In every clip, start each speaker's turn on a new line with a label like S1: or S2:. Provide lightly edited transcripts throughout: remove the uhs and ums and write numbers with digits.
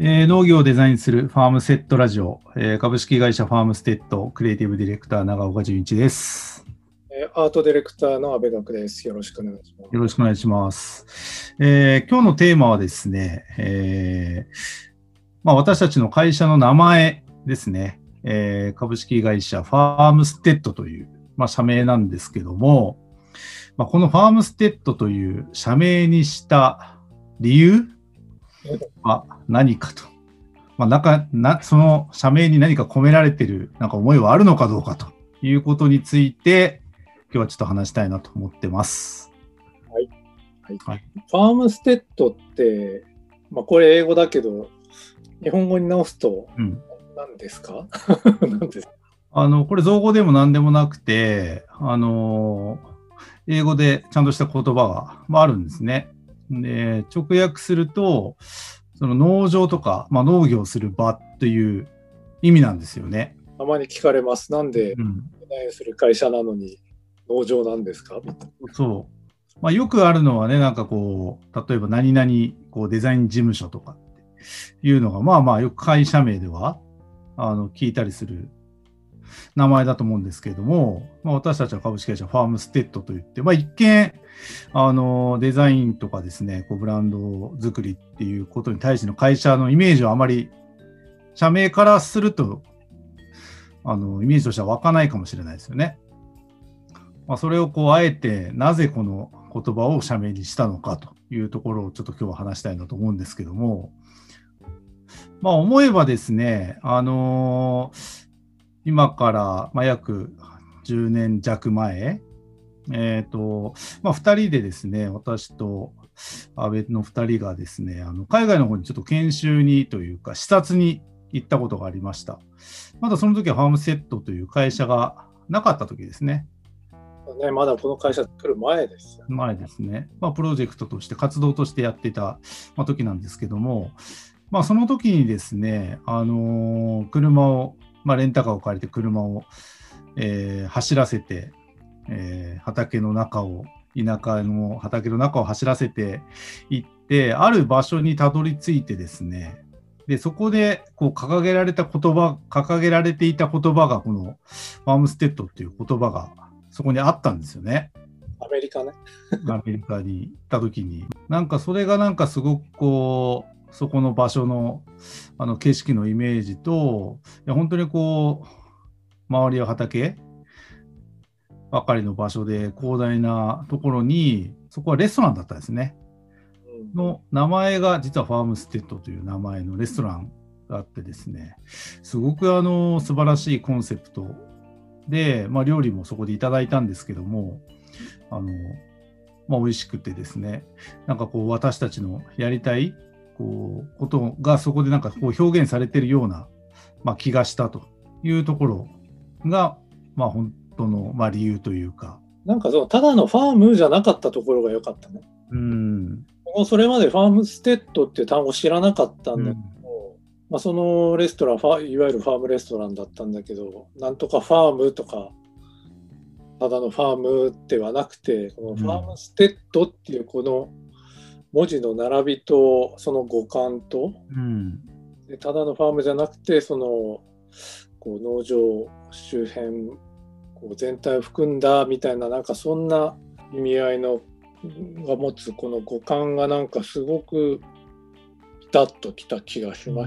S1: 農業をデザインするファームステッドラジオ、株式会社ファームステッドクリエイティブディレクター長岡純一です。
S2: アートディレクターの阿部学です。よろしくお願いします。
S1: よろしくお願いします。今日のテーマはですね、私たちの会社の名前ですね、株式会社ファームステッドという、社名なんですけども、このファームステッドという社名にした理由は何かと。その社名に何か込められている思いはあるのかどうかということについて、今日はちょっと話したいなと思ってます。
S2: はい。ファームステッドって、これ英語だけど、日本語に直すと何ですか？何ですか？
S1: これ造語でも何でもなくて、英語でちゃんとした言葉が、あるんですね。で、直訳すると、その農場とか、農業する場という意味なんですよね。
S2: たまに聞かれます。なんでデザインする会社なのに農場なんですか？
S1: そう。よくあるのはね、例えば何々デザイン事務所とかっていうのが、よく会社名では聞いたりする名前だと思うんですけれども、私たちは株式会社ファームステッドといって、一見デザインとかですね、ブランド作りっていうことに対しての会社のイメージはあまり社名からするとイメージとしては湧かないかもしれないですよね。それをあえてなぜこの言葉を社名にしたのかというところをちょっと今日は話したいなと思うんですけども、思えばですね、今から約10年弱前、2人でですね、私と阿部の2人がですね、海外の方にちょっと研修にというか視察に行ったことがありました。まだその時はファームセットという会社がなかった時ですね。
S2: まだこの会社来る前ですよね。
S1: 前ですね。プロジェクトとして活動としてやっていた時なんですけども、その時にですね、車を、レンタカーを借りて車を、走らせて、畑の中を、田舎の畑の中を走らせて行って、ある場所にたどり着いてですね、でそこで掲げられていた言葉が、このファームステッドっていう言葉がそこにあったんですよね。
S2: アメリカね。
S1: アメリカに行った時に、それがすごくそこの場所の景色のイメージと、本当に周りは畑ばかりの場所で広大なところに、そこはレストランだったんですね。の名前が実はファームステッドという名前のレストランがあってですね、すごく素晴らしいコンセプトで、料理もそこでいただいたんですけども、美味しくてですね、私たちのやりたいことがそこで表現されているような、気がしたというところが、本当の、理由というか。
S2: ただのファームじゃなかったところが良かったね。それまでファームステッドっていう単語知らなかったんだけど、そのレストランいわゆるファームレストランだったんだけど、なんとかファームとかただのファームではなくて、このファームステッドっていうこの文字の並びとその語感と、でただのファームじゃなくて、その農場周辺全体を含んだみたいな、そんな意味合いのが持つこの語感がすごくピタッときた気がします。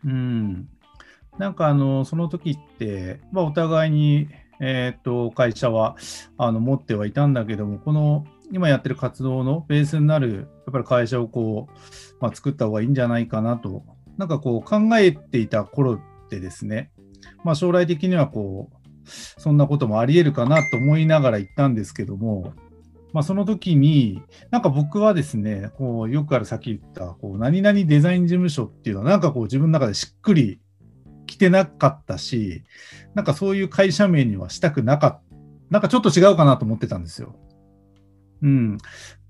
S1: その時って、お互いに、会社は持ってはいたんだけども、この今やってる活動のベースになるやっぱり会社を作った方がいいんじゃないかなと考えていた頃ってですね、将来的にはそんなこともあり得るかなと思いながら行ったんですけども、その時に僕はですね、よくあるさっき言った何々デザイン事務所っていうのは自分の中でしっくりきてなかったし、そういう会社名にはしたくなかった。ちょっと違うかなと思ってたんですよ。事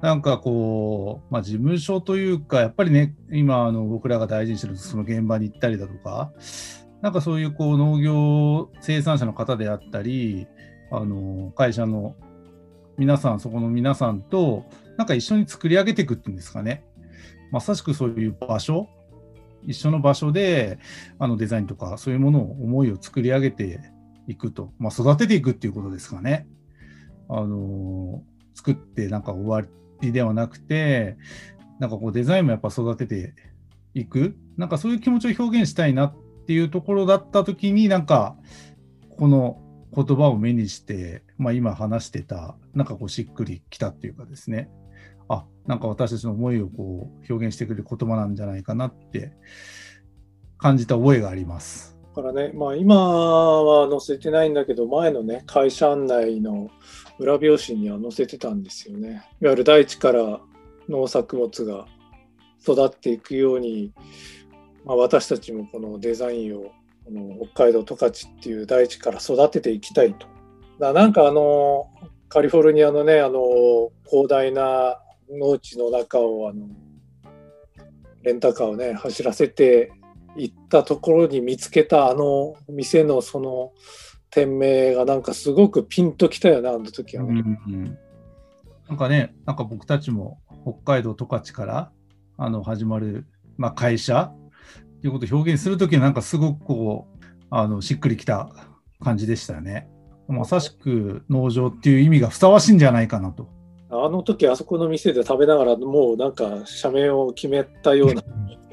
S1: 務所というか、やっぱりね、今僕らが大事にしてるその現場に行ったりだとか、そういう農業生産者の方であったり、会社の皆さん、そこの皆さんと一緒に作り上げていくっていうんですかね。まさしくそういう場所一緒の場所でデザインとかそういうものを思いを作り上げていくと、育てていくっていうことですかね。作ってなんか終わりではなくて、なんかこうデザインもやっぱ育てていく、なんかそういう気持ちを表現したいなっていうところだった時に、なんかこの言葉を目にして、今話してたなんかこうしっくりきたっていうかですね、なんか私たちの思いをこう表現してくれる言葉なんじゃないかなって感じた覚えがあります。
S2: だからね、今は載せてないんだけど、前のね、会社案内の裏表紙には載せてたんですよね。いわゆる大地から農作物が育っていくように、私たちもこのデザインをこの北海道十勝っていう大地から育てていきたいと。なんかカリフォルニアのね、広大な農地の中をレンタカーをね走らせて行ったところに見つけた店のその店名がなんかすごくピンときたよね、あの時はね。
S1: なんかね、なんか僕たちも北海道十勝から始まる、会社ということを表現するときはなんかすごくこうしっくりきた感じでしたよね。まさしく農場っていう意味がふさわしいんじゃないかなと。
S2: あの時あそこの店で食べながらもうなんか社名を決めたような、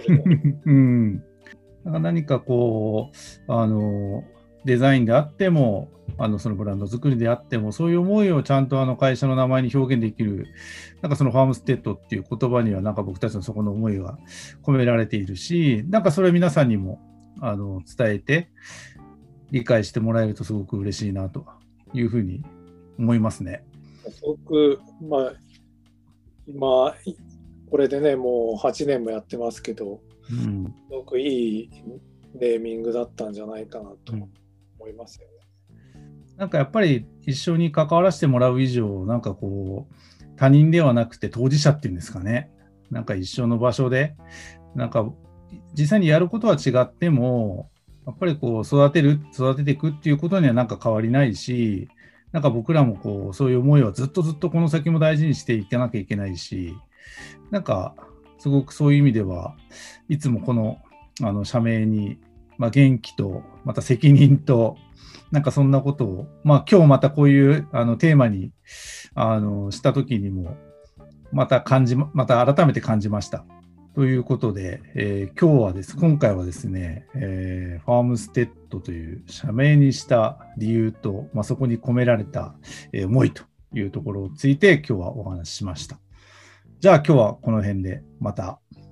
S1: 何かこうデザインであってもそのブランド作りであっても、そういう思いをちゃんと会社の名前に表現できる、なんかそのファームステッドっていう言葉にはなんか僕たちのそこの思いが込められているし、なんかそれを皆さんにも伝えて理解してもらえるとすごく嬉しいなというふうに思いますね。
S2: すごく今これでねもう8年もやってますけど、すごくいいネーミングだったんじゃないかなと思いますよね。
S1: なんかやっぱり一緒に関わらせてもらう以上、なんかこう他人ではなくて当事者っていうんですかね、なんか一緒の場所でなんか実際にやることは違っても、やっぱりこう育てていくっていうことにはなんか変わりないし、なんか僕らもこうそういう思いはずっとこの先も大事にしていかなきゃいけないし、なんかすごくそういう意味ではいつもこの社名に、元気とまた責任となんかそんなことを、今日またこういうテーマにした時にもまた改めて感じました。ということで、今回はですね、ファームステッドという社名にした理由と、そこに込められた、思いというところについて今日はお話ししました。じゃあ今日はこの辺でまた。